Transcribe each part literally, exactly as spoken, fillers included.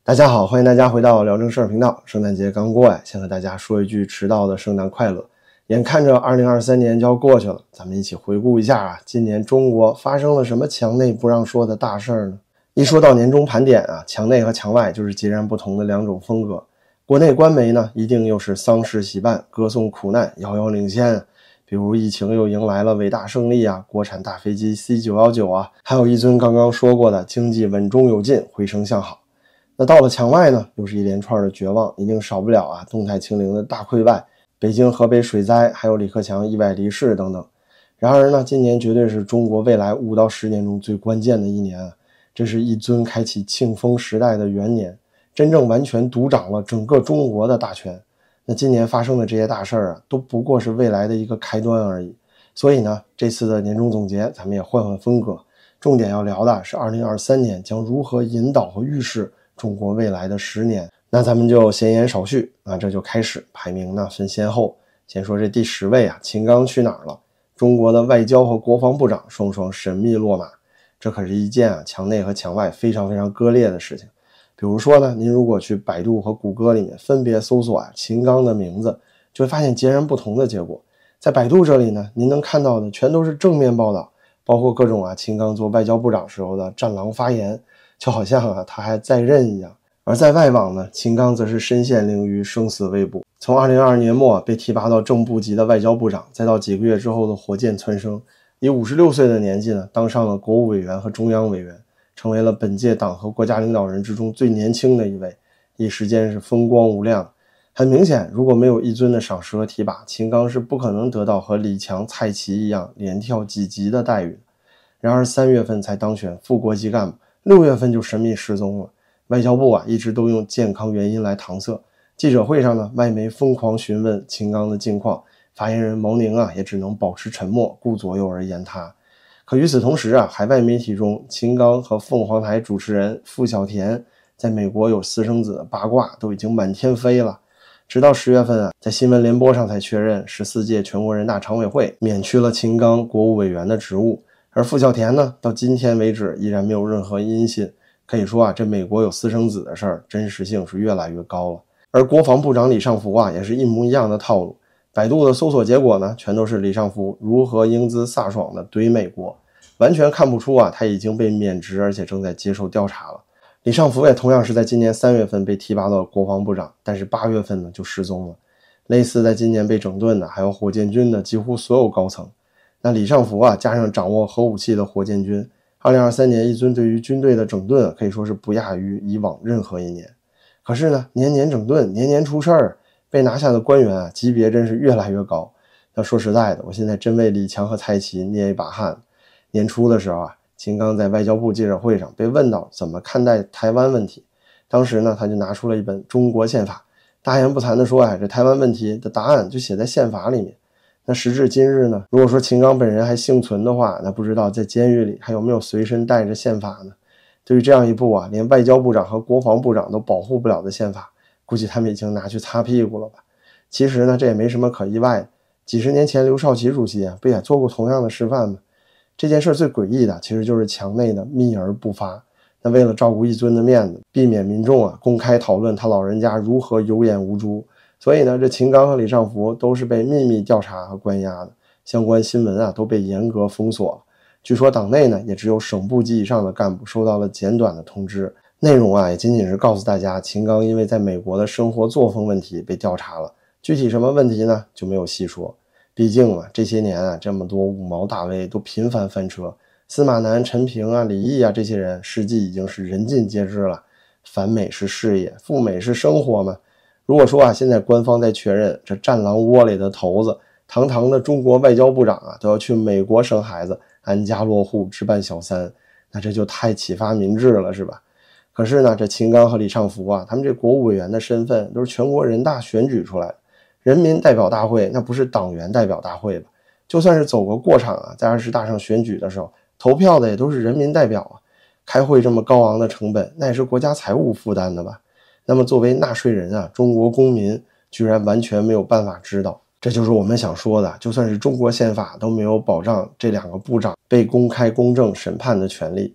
大家好，欢迎大家回到聊正事儿频道。圣诞节刚过呀，先和大家说一句迟到的圣诞快乐。眼看着二零二三年就要过去了，咱们一起回顾一下啊，今年中国发生了什么墙内不让说的大事儿呢？一说到年终盘点啊，墙内和墙外就是截然不同的两种风格。国内官媒呢，一定又是丧事喜办，歌颂苦难，遥遥领先。比如疫情又迎来了伟大胜利啊，国产大飞机 C 九一九 啊，还有一尊刚刚说过的经济稳中有进，回升向好。那到了墙外呢，又是一连串的绝望，一定少不了啊动态清零的大溃败，北京河北水灾，还有李克强意外离世等等。然而呢，今年绝对是中国未来五到十年中最关键的一年啊，这是一尊开启庆丰时代的元年，真正完全独掌了整个中国的大权。那今年发生的这些大事儿啊，都不过是未来的一个开端而已。所以呢，这次的年终总结咱们也换换风格，重点要聊的是二零二三年将如何引导和预示中国未来的十年。那咱们就闲言少叙啊，这就开始。排名呢分先后，先说这第十位啊，秦刚去哪儿了？中国的外交和国防部长双双神秘落马，这可是一件啊墙内和墙外非常非常割裂的事情。比如说呢，您如果去百度和谷歌里面分别搜索啊秦刚的名字，就会发现截然不同的结果。在百度这里呢，您能看到的全都是正面报道，包括各种啊秦刚做外交部长时候的战狼发言，就好像啊他还在任一样。而在外网呢，秦刚则是身陷囹圄，生死未卜。从二零二二年末被提拔到正部级的外交部长，再到几个月之后的火箭蹿升，以五十六岁的年纪呢，当上了国务委员和中央委员，成为了本届党和国家领导人之中最年轻的一位，一时间是风光无量。很明显，如果没有一尊的赏识和提拔，秦刚是不可能得到和李强、蔡奇一样连跳几级的待遇的。然而三月份才当选副国级干部，六月份就神秘失踪了。外交部啊一直都用健康原因来搪塞。记者会上呢，外媒疯狂询问秦刚的近况，发言人毛宁啊也只能保持沉默，顾左右而言他。可与此同时啊，海外媒体中秦刚和凤凰台主持人傅小田在美国有私生子的八卦都已经满天飞了。直到十月份啊，在新闻联播上才确认十四届全国人大常委会免去了秦刚国务委员的职务，而傅小田呢，到今天为止依然没有任何音信。可以说啊，这美国有私生子的事儿真实性是越来越高了。而国防部长李尚福啊，也是一模一样的套路。百度的搜索结果呢，全都是李尚福如何英姿飒爽的怼美国，完全看不出啊，他已经被免职，而且正在接受调查了。李尚福也同样是在今年三月份被提拔到国防部长，但是八月份呢就失踪了。类似在今年被整顿的还有火箭军的几乎所有高层。那李尚福啊，加上掌握核武器的火箭军，二零二三年一尊对于军队的整顿可以说是不亚于以往任何一年。可是呢，年年整顿，年年出事儿，被拿下的官员啊，级别真是越来越高。要说实在的，我现在真为李强和蔡奇捏一把汗。年初的时候啊，秦刚在外交部记者会上被问到怎么看待台湾问题，当时呢，他就拿出了一本中国宪法，大言不惭地说啊，这台湾问题的答案就写在宪法里面。那时至今日呢，如果说秦刚本人还幸存的话，那不知道在监狱里还有没有随身带着宪法呢？对于这样一部啊，连外交部长和国防部长都保护不了的宪法，估计他们已经拿去擦屁股了吧。其实呢，这也没什么可意外的，几十年前刘少奇主席啊，不也做过同样的示范吗？这件事最诡异的其实就是墙内的秘而不发。那为了照顾一尊的面子，避免民众啊公开讨论他老人家如何有眼无珠，所以呢，这秦刚和李尚福都是被秘密调查和关押的，相关新闻啊都被严格封锁了。据说党内呢，也只有省部级以上的干部收到了简短的通知，内容啊也仅仅是告诉大家，秦刚因为在美国的生活作风问题被调查了，具体什么问题呢，就没有细说。毕竟啊，这些年啊，这么多五毛大 V 都频繁翻车，司马南、陈平啊、李毅啊这些人事迹已经是人尽皆知了。反美是事业，赴美是生活嘛。如果说啊，现在官方在确认这战狼窝里的头子，堂堂的中国外交部长啊，都要去美国生孩子，安家落户，置办小三，那这就太启发民智了，是吧？可是呢，这秦刚和李尚福啊，他们这国务委员的身份都是全国人大选举出来的，人民代表大会那不是党员代表大会吧？就算是走个过场啊，在二十大上选举的时候，投票的也都是人民代表啊。开会这么高昂的成本，那也是国家财务负担的吧？那么作为纳税人啊，中国公民居然完全没有办法知道，这就是我们想说的，就算是中国宪法都没有保障这两个部长被公开公正审判的权利。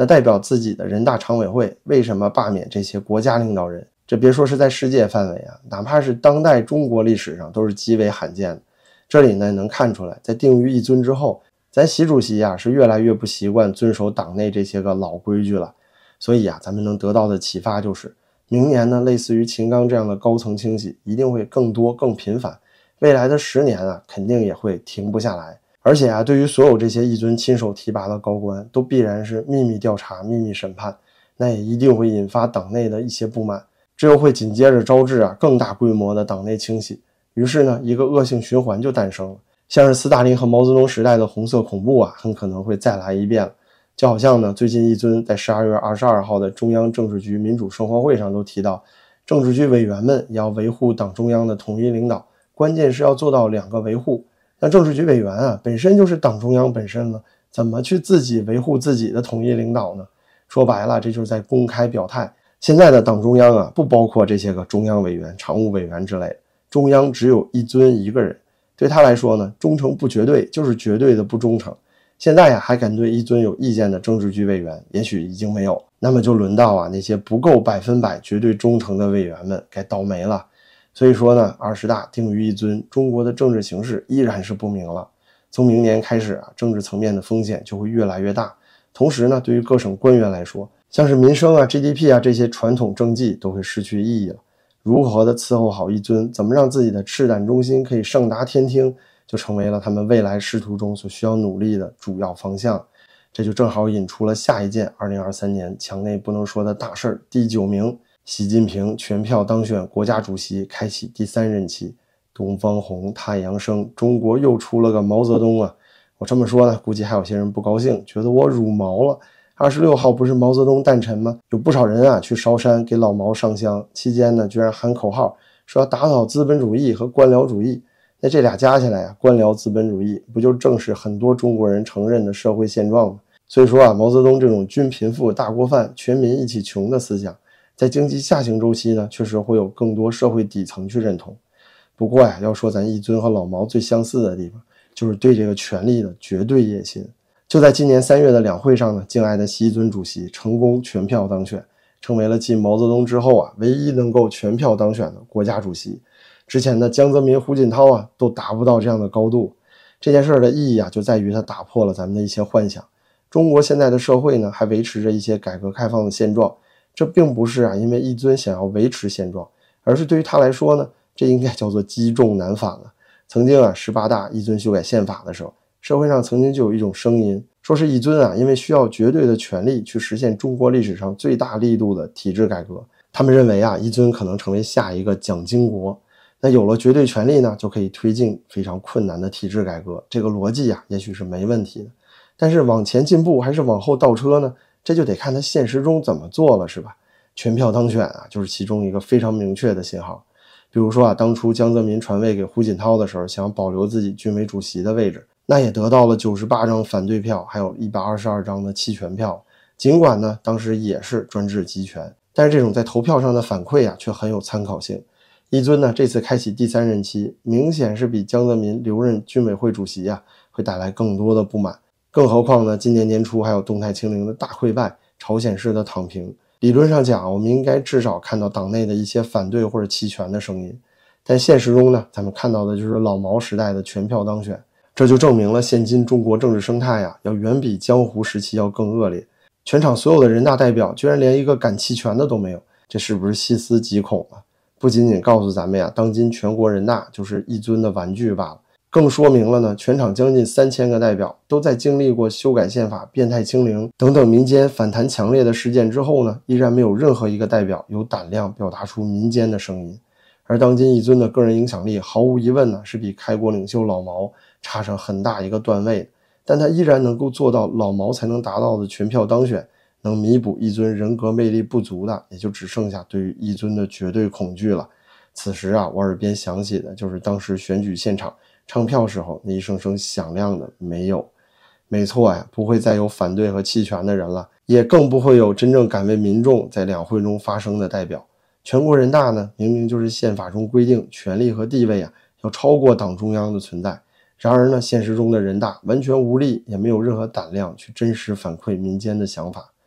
那代表自己的人大常委会为什么罢免这些国家领导人？这别说是在世界范围啊，哪怕是当代中国历史上都是极为罕见的。这里呢能看出来，在定于一尊之后，咱习主席啊是越来越不习惯遵守党内这些个老规矩了。所以啊，咱们能得到的启发就是，明年呢类似于秦刚这样的高层清洗一定会更多更频繁，未来的十年啊肯定也会停不下来。而且啊，对于所有这些一尊亲手提拔的高官，都必然是秘密调查、秘密审判，那也一定会引发党内的一些不满，这又会紧接着招致啊更大规模的党内清洗。于是呢，一个恶性循环就诞生了，像是斯大林和毛泽东时代的红色恐怖啊，很可能会再来一遍了。就好像呢，最近一尊在十二月二十二号的中央政治局民主生活会上都提到，政治局委员们也要维护党中央的统一领导，关键是要做到两个维护。那政治局委员啊，本身就是党中央本身了，怎么去自己维护自己的统一领导呢？说白了，这就是在公开表态。现在的党中央啊，不包括这些个中央委员、常务委员之类的，中央只有一尊一个人，对他来说呢，忠诚不绝对就是绝对的不忠诚。现在呀，还敢对一尊有意见的政治局委员，也许已经没有，那么就轮到啊那些不够百分百绝对忠诚的委员们该倒霉了。所以说呢，二十大定于一尊，中国的政治形势依然是不明了。从明年开始啊，政治层面的风险就会越来越大。同时呢，对于各省官员来说，像是民生啊、G D P 啊这些传统政绩都会失去意义了。如何的伺候好一尊，怎么让自己的赤胆忠心可以胜达天听，就成为了他们未来仕途中所需要努力的主要方向。这就正好引出了下一件二零二三年墙内不能说的大事儿，第九名，习近平全票当选国家主席，开启第三任期。东方红，太阳升，中国又出了个毛泽东啊！我这么说呢，估计还有些人不高兴，觉得我辱毛了。二十六号不是毛泽东诞辰吗？有不少人啊去烧山给老毛上香，期间呢居然喊口号，说要打倒资本主义和官僚主义。那这俩加起来啊，官僚资本主义不就正是很多中国人承认的社会现状吗？所以说啊，毛泽东这种均贫富大锅饭，全民一起穷的思想，在经济下行周期呢，确实会有更多社会底层去认同。不过呀，要说咱一尊和老毛最相似的地方，就是对这个权力的绝对野心。就在今年三月的两会上呢，敬爱的习尊主席成功全票当选，成为了继毛泽东之后啊，唯一能够全票当选的国家主席。之前的江泽民、胡锦涛啊，都达不到这样的高度。这件事的意义啊，就在于它打破了咱们的一些幻想。中国现在的社会呢，还维持着一些改革开放的现状，这并不是啊，因为一尊想要维持现状，而是对于他来说呢，这应该叫做积重难返了。曾经啊，十八大一尊修改宪法的时候，社会上曾经就有一种声音，说是一尊啊，因为需要绝对的权力去实现中国历史上最大力度的体制改革。他们认为啊，一尊可能成为下一个蒋经国。那有了绝对权力呢，就可以推进非常困难的体制改革。这个逻辑啊，也许是没问题的。但是往前进步还是往后倒车呢？这就得看他现实中怎么做了，是吧？全票当选啊，就是其中一个非常明确的信号。比如说啊，当初江泽民传位给胡锦涛的时候，想保留自己军委主席的位置，那也得到了九十八张反对票，还有一百二十二张的弃权票。尽管呢，当时也是专制集权，但是这种在投票上的反馈啊，却很有参考性。一尊呢，这次开启第三任期，明显是比江泽民留任军委会主席啊，会带来更多的不满。更何况呢，今年年初还有动态清零的大溃败，朝鲜式的躺平。理论上讲，我们应该至少看到党内的一些反对或者弃权的声音，但现实中呢，咱们看到的就是老毛时代的全票当选。这就证明了现今中国政治生态啊，要远比江湖时期要更恶劣。全场所有的人大代表居然连一个敢弃权的都没有，这是不是细思极恐啊？不仅仅告诉咱们呀，当今全国人大就是一尊的玩具罢了，更说明了呢，全场将近三千个代表都在经历过修改宪法、变态清零等等民间反弹强烈的事件之后呢，依然没有任何一个代表有胆量表达出民间的声音。而当今一尊的个人影响力毫无疑问呢，是比开国领袖老毛差上很大一个段位的，但他依然能够做到老毛才能达到的全票当选，能弥补一尊人格魅力不足的，也就只剩下对于一尊的绝对恐惧了。此时啊，我耳边响起的就是当时选举现场唱票时候那一声声响亮的没有。没错呀，不会再有反对和弃权的人了，也更不会有真正敢为民众在两会中发声的代表。全国人大呢，明明就是宪法中规定权力和地位啊要超过党中央的存在，然而呢，现实中的人大完全无力，也没有任何胆量去真实反馈民间的想法。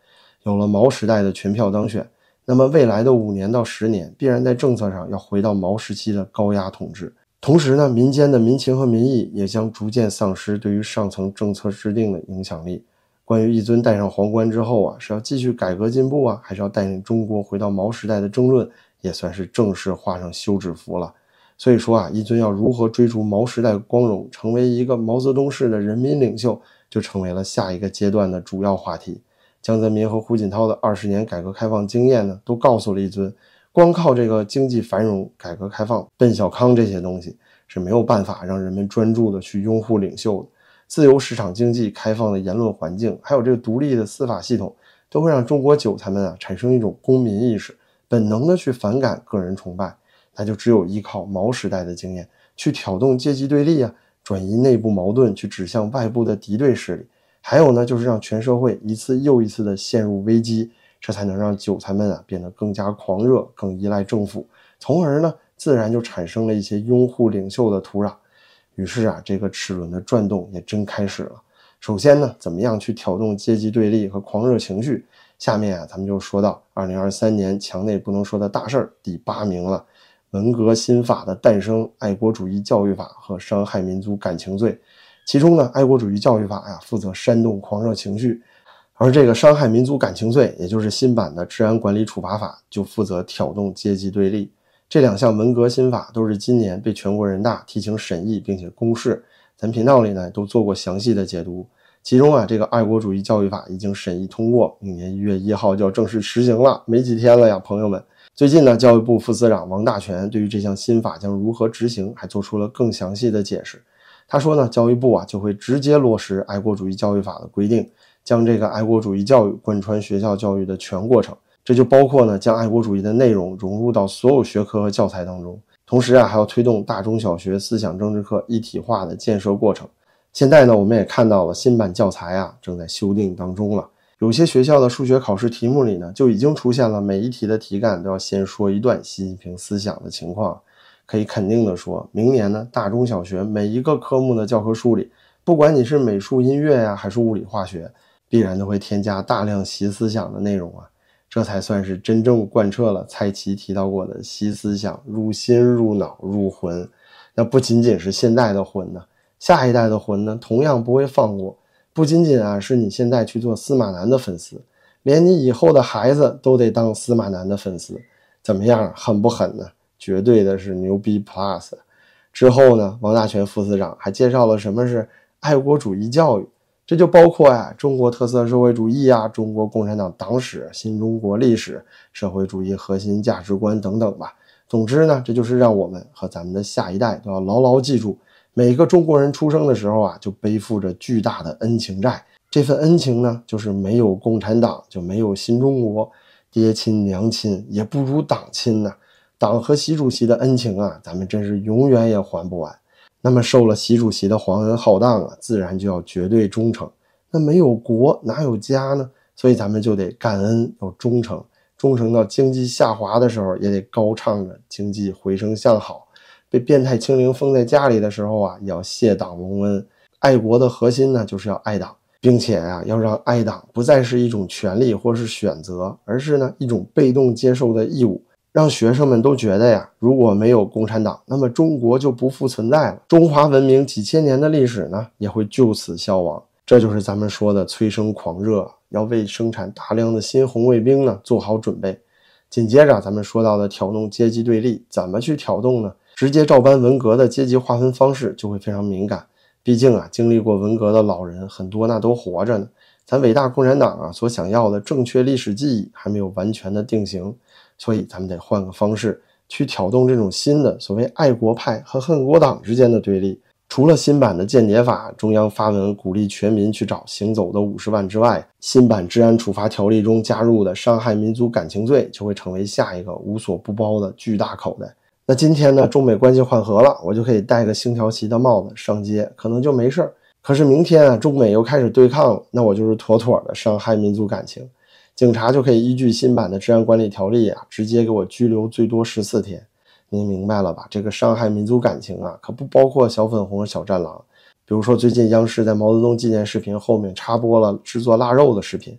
有了毛时代的全票当选，那么未来的五年到十年必然在政策上要回到毛时期的高压统治。同时呢，民间的民情和民意也将逐渐丧失对于上层政策制定的影响力。关于一尊戴上皇冠之后啊，是要继续改革进步啊，还是要带领中国回到毛时代的争论，也算是正式画上休止符了。所以说啊，一尊要如何追逐毛时代光荣，成为一个毛泽东式的人民领袖，就成为了下一个阶段的主要话题。江泽民和胡锦涛的二十年改革开放经验呢，都告诉了一尊，光靠这个经济繁荣、改革开放、奔小康这些东西是没有办法让人们专注的去拥护领袖的。自由市场经济、开放的言论环境，还有这个独立的司法系统，都会让中国韭菜们啊产生一种公民意识，本能的去反感个人崇拜。那就只有依靠毛时代的经验，去挑动阶级对立啊，转移内部矛盾，去指向外部的敌对势力。还有呢，就是让全社会一次又一次的陷入危机，这才能让韭菜们啊变得更加狂热，更依赖政府，从而呢，自然就产生了一些拥护领袖的土壤。于是啊，这个齿轮的转动也真开始了。首先呢，怎么样去挑动阶级对立和狂热情绪？下面啊，咱们就说到二零二三年墙内不能说的大事儿第八名了。文革新法的诞生、爱国主义教育法和伤害民族感情罪。其中呢，爱国主义教育法呀，负责煽动狂热情绪，而这个伤害民族感情罪，也就是新版的治安管理处罚法，就负责挑动阶级对立。这两项文革新法都是今年被全国人大提请审议并且公示，咱频道里呢都做过详细的解读。其中啊，这个爱国主义教育法已经审议通过，明年一月一号就要正式实行了，没几天了呀，朋友们。最近呢，教育部副司长王大全对于这项新法将如何执行还做出了更详细的解释。他说呢，教育部啊就会直接落实爱国主义教育法的规定，将这个爱国主义教育贯穿学校教育的全过程。这就包括呢，将爱国主义的内容融入到所有学科和教材当中。同时啊，还要推动大中小学思想政治课一体化的建设过程。现在呢，我们也看到了新版教材啊正在修订当中了。有些学校的数学考试题目里呢，就已经出现了每一题的题干都要先说一段习近平思想的情况。可以肯定的说，明年呢，大中小学每一个科目的教科书里，不管你是美术、音乐呀、啊，还是物理、化学，必然都会添加大量习思想的内容啊。这才算是真正贯彻了蔡奇提到过的习思想入心、入脑、入魂。那不仅仅是现代的魂呢，下一代的魂呢，同样不会放过。不仅仅啊是你现在去做司马南的粉丝，连你以后的孩子都得当司马南的粉丝。怎么样，狠不狠呢？绝对的是牛逼 plus。 之后呢，王大全副司长还介绍了什么是爱国主义教育，这就包括呀、啊、中国特色社会主义啊、中国共产党党史、新中国历史、社会主义核心价值观等等吧。总之呢，这就是让我们和咱们的下一代都要牢牢记住，每个中国人出生的时候啊，就背负着巨大的恩情债。这份恩情呢，就是没有共产党就没有新中国，爹亲娘亲也不如党亲呐、啊。党和习主席的恩情啊，咱们真是永远也还不完。那么受了习主席的皇恩浩荡啊，自然就要绝对忠诚。那没有国哪有家呢？所以咱们就得感恩，要忠诚。忠诚到经济下滑的时候，也得高唱着经济回升向好。被变态清零封在家里的时候啊，也要谢党隆恩。爱国的核心呢，就是要爱党，并且啊，要让爱党不再是一种权利或是选择，而是呢一种被动接受的义务。让学生们都觉得呀，如果没有共产党，那么中国就不复存在了，中华文明几千年的历史呢，也会就此消亡。这就是咱们说的催生狂热，要为生产大量的新红卫兵呢做好准备。紧接着咱们说到的挑动阶级对立，怎么去挑动呢？直接照搬文革的阶级划分方式就会非常敏感。毕竟啊，经历过文革的老人很多那都活着呢，咱伟大共产党啊所想要的正确历史记忆还没有完全的定型。所以咱们得换个方式去挑动这种新的所谓爱国派和恨国党之间的对立。除了新版的间谍法，中央发文鼓励全民去找行走的五十万之外，新版治安处罚条例中加入的伤害民族感情罪就会成为下一个无所不包的巨大口袋。那今天呢，中美关系缓和了，我就可以戴个星条旗的帽子上街，可能就没事。可是明天啊，中美又开始对抗了，那我就是妥妥的伤害民族感情。警察就可以依据新版的治安管理条例啊，直接给我拘留最多十四天。您明白了吧？这个伤害民族感情啊，可不包括小粉红和小战狼。比如说最近央视在毛泽东纪念视频后面插播了制作腊肉的视频，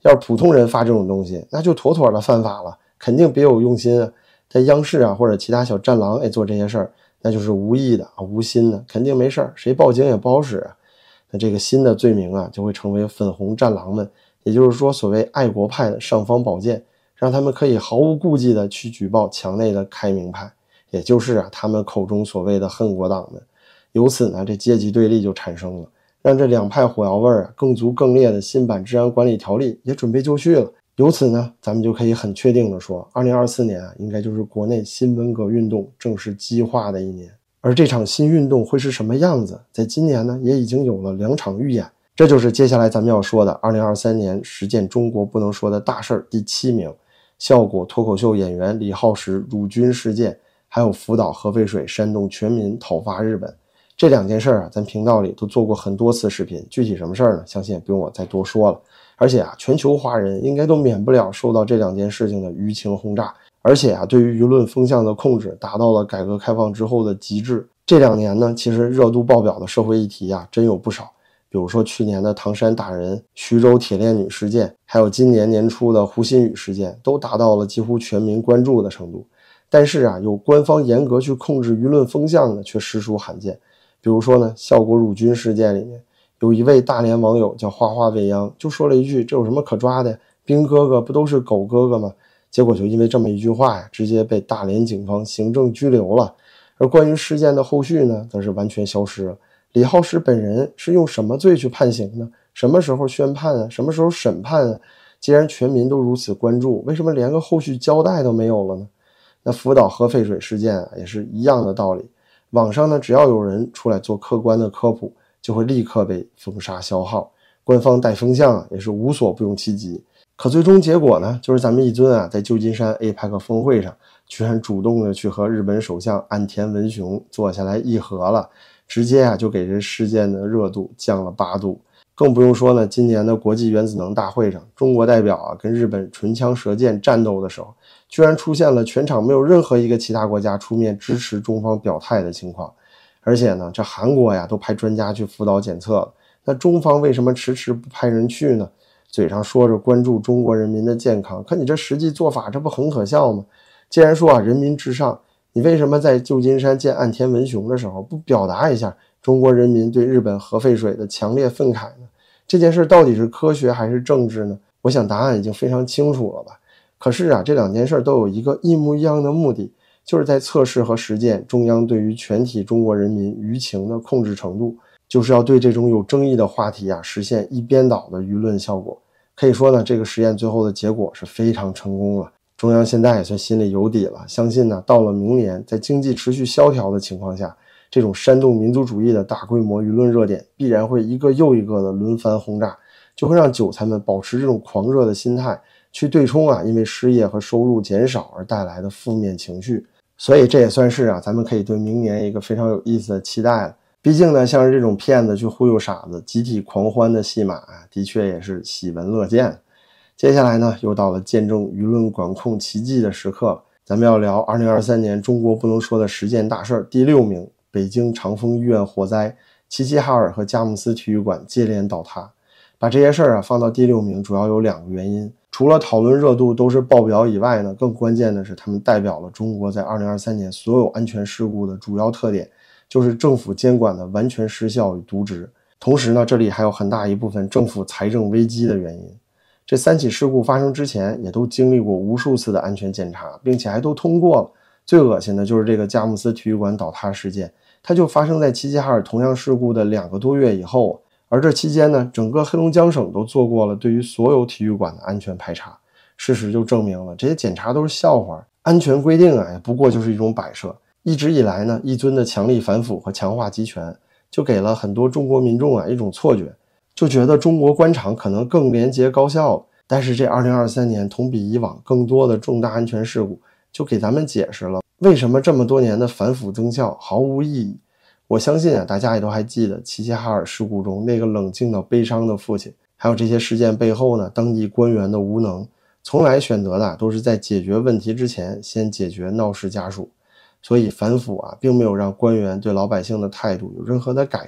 要是普通人发这种东西，那就妥妥的犯法了，肯定别有用心啊。在央视啊或者其他小战狼哎做这些事儿，那就是无意的啊无心的，肯定没事儿，谁报警也不好使啊。那这个新的罪名啊就会成为粉红战狼们，也就是说所谓爱国派的尚方宝剑，让他们可以毫无顾忌的去举报墙内的开明派，也就是啊他们口中所谓的恨国党们。由此呢，这阶级对立就产生了，让这两派火药味啊更足更烈的新版治安管理条例也准备就绪了。由此呢，咱们就可以很确定的说，二零二四年啊，应该就是国内新文革运动正式激化的一年。而这场新运动会是什么样子，在今年呢，也已经有了两场预演。这就是接下来咱们要说的二零二三年十件中国不能说的大事儿第七名，效果脱口秀演员李浩石辱军事件，还有福岛核废水煽动全民讨伐日本。这两件事啊，咱频道里都做过很多次视频，具体什么事儿呢？相信也不用我再多说了。而且啊，全球华人应该都免不了受到这两件事情的舆情轰炸，而且啊，对于舆论风向的控制达到了改革开放之后的极致。这两年呢，其实热度爆表的社会议题啊，真有不少。比如说去年的唐山打人、徐州铁链女事件，还有今年年初的胡鑫宇事件，都达到了几乎全民关注的程度。但是啊，有官方严格去控制舆论风向的，却实属罕见。比如说呢，效果辱军事件里面，有一位大连网友叫花花未央，就说了一句：“这有什么可抓的？兵哥哥不都是狗哥哥吗？”结果就因为这么一句话呀，直接被大连警方行政拘留了。而关于事件的后续呢，则是完全消失了。李浩石本人是用什么罪去判刑呢？什么时候宣判啊？什么时候审判啊？既然全民都如此关注，为什么连个后续交代都没有了呢？那福岛核废水事件啊，也是一样的道理。网上呢，只要有人出来做客观的科普，就会立刻被封杀消耗。官方带风向啊，也是无所不用其极。可最终结果呢，就是咱们一尊啊，在旧金山 A PEC 峰会上，居然主动的去和日本首相岸田文雄坐下来议和了，直接啊就给这事件的热度降了八度。更不用说呢，今年的国际原子能大会上，中国代表啊跟日本唇枪舌剑战斗的时候，居然出现了全场没有任何一个其他国家出面支持中方表态的情况。而且呢，这韩国呀都派专家去福岛检测了，那中方为什么迟迟不派人去呢？嘴上说着关注中国人民的健康，可你这实际做法，这不很可笑吗？既然说啊人民至上，你为什么在旧金山见岸田文雄的时候不表达一下中国人民对日本核废水的强烈愤慨呢？这件事到底是科学还是政治呢？我想答案已经非常清楚了吧。可是啊，这两件事都有一个一模一样的目的，就是在测试和实践中央对于全体中国人民舆情的控制程度，就是要对这种有争议的话题啊实现一边倒的舆论效果。可以说呢，这个实验最后的结果是非常成功了。中央现在也算心里有底了，相信呢，到了明年，在经济持续萧条的情况下，这种煽动民族主义的大规模舆论热点必然会一个又一个的轮番轰炸，就会让韭菜们保持这种狂热的心态，去对冲啊因为失业和收入减少而带来的负面情绪。所以这也算是啊咱们可以对明年一个非常有意思的期待了。毕竟呢，像是这种骗子去忽悠傻子集体狂欢的戏码啊，的确也是喜闻乐见。接下来呢，又到了见证舆论管控奇迹的时刻了。咱们要聊二零二三年中国不能说的十件大事第六名，北京长峰医院火灾，齐齐哈尔和佳木斯体育馆接连倒塌。把这些事儿啊放到第六名，主要有两个原因。除了讨论热度都是爆表以外呢，更关键的是他们代表了中国在二零二三年所有安全事故的主要特点，就是政府监管的完全失效与渎职。同时呢，这里还有很大一部分政府财政危机的原因。这三起事故发生之前也都经历过无数次的安全检查，并且还都通过了。最恶心的就是这个佳木斯体育馆倒塌事件，它就发生在齐齐哈尔同样事故的两个多月以后。而这期间呢，整个黑龙江省都做过了对于所有体育馆的安全排查。事实就证明了这些检查都是笑话，安全规定啊也不过就是一种摆设。一直以来呢，一尊的强力反腐和强化集权，就给了很多中国民众啊一种错觉，就觉得中国官场可能更廉洁高效了。但是这二零二三年同比以往更多的重大安全事故，就给咱们解释了为什么这么多年的反腐增效毫无意义。我相信啊，大家也都还记得齐齐哈尔事故中那个冷静到悲伤的父亲，还有这些事件背后呢，当地官员的无能，从来选择的都是在解决问题之前先解决闹事家属。所以反腐啊，并没有让官员对老百姓的态度有任何的改善，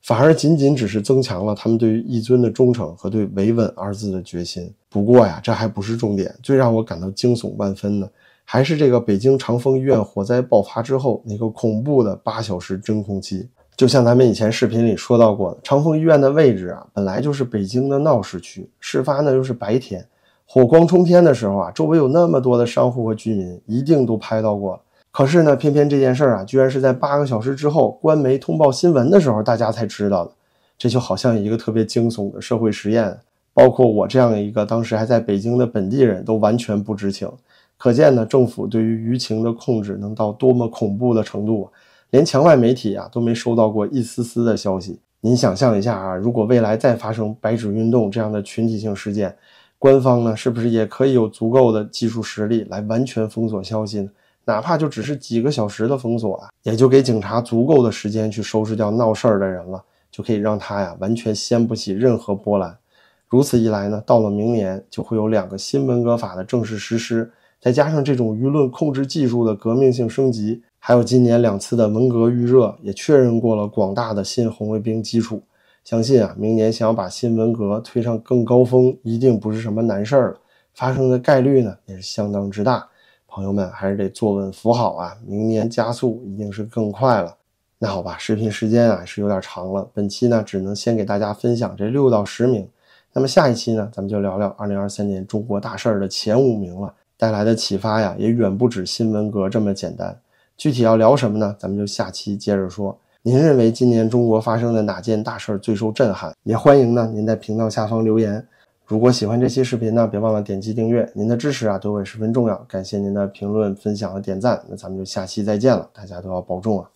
反而仅仅只是增强了他们对于一尊的忠诚和对维稳二字的决心。不过呀，这还不是重点，最让我感到惊悚万分的还是这个北京长丰医院火灾爆发之后那个恐怖的八小时真空期。就像咱们以前视频里说到过的，长丰医院的位置啊，本来就是北京的闹市区，事发呢又是白天，火光冲天的时候啊，周围有那么多的商户和居民，一定都拍到过了。可是呢，偏偏这件事啊，居然是在八个小时之后，官媒通报新闻的时候，大家才知道的。这就好像一个特别惊悚的社会实验，包括我这样一个当时还在北京的本地人都完全不知情。可见呢，政府对于舆情的控制能到多么恐怖的程度，连墙外媒体啊都没收到过一丝丝的消息。您想象一下啊，如果未来再发生白纸运动这样的群体性事件，官方呢是不是也可以有足够的技术实力来完全封锁消息呢？哪怕就只是几个小时的封锁啊，也就给警察足够的时间去收拾掉闹事儿的人了，就可以让他呀完全掀不起任何波澜。如此一来呢，到了明年就会有两个新文革法的正式实施，再加上这种舆论控制技术的革命性升级，还有今年两次的文革预热，也确认过了广大的新红卫兵基础。相信啊，明年想要把新文革推上更高峰，一定不是什么难事儿了，发生的概率呢也是相当之大。朋友们还是得坐稳扶好啊，明年加速一定是更快了。那好吧，视频时间啊是有点长了，本期呢只能先给大家分享这六到十名。那么下一期呢，咱们就聊聊二零二三年中国大事的前五名了，带来的启发呀也远不止新文革这么简单。具体要聊什么呢？咱们就下期接着说。您认为今年中国发生的哪件大事最受震撼？也欢迎呢您在频道下方留言。如果喜欢这期视频呢，别忘了点击订阅，您的支持啊对我也十分重要，感谢您的评论、分享和点赞。那咱们就下期再见了，大家都要保重啊。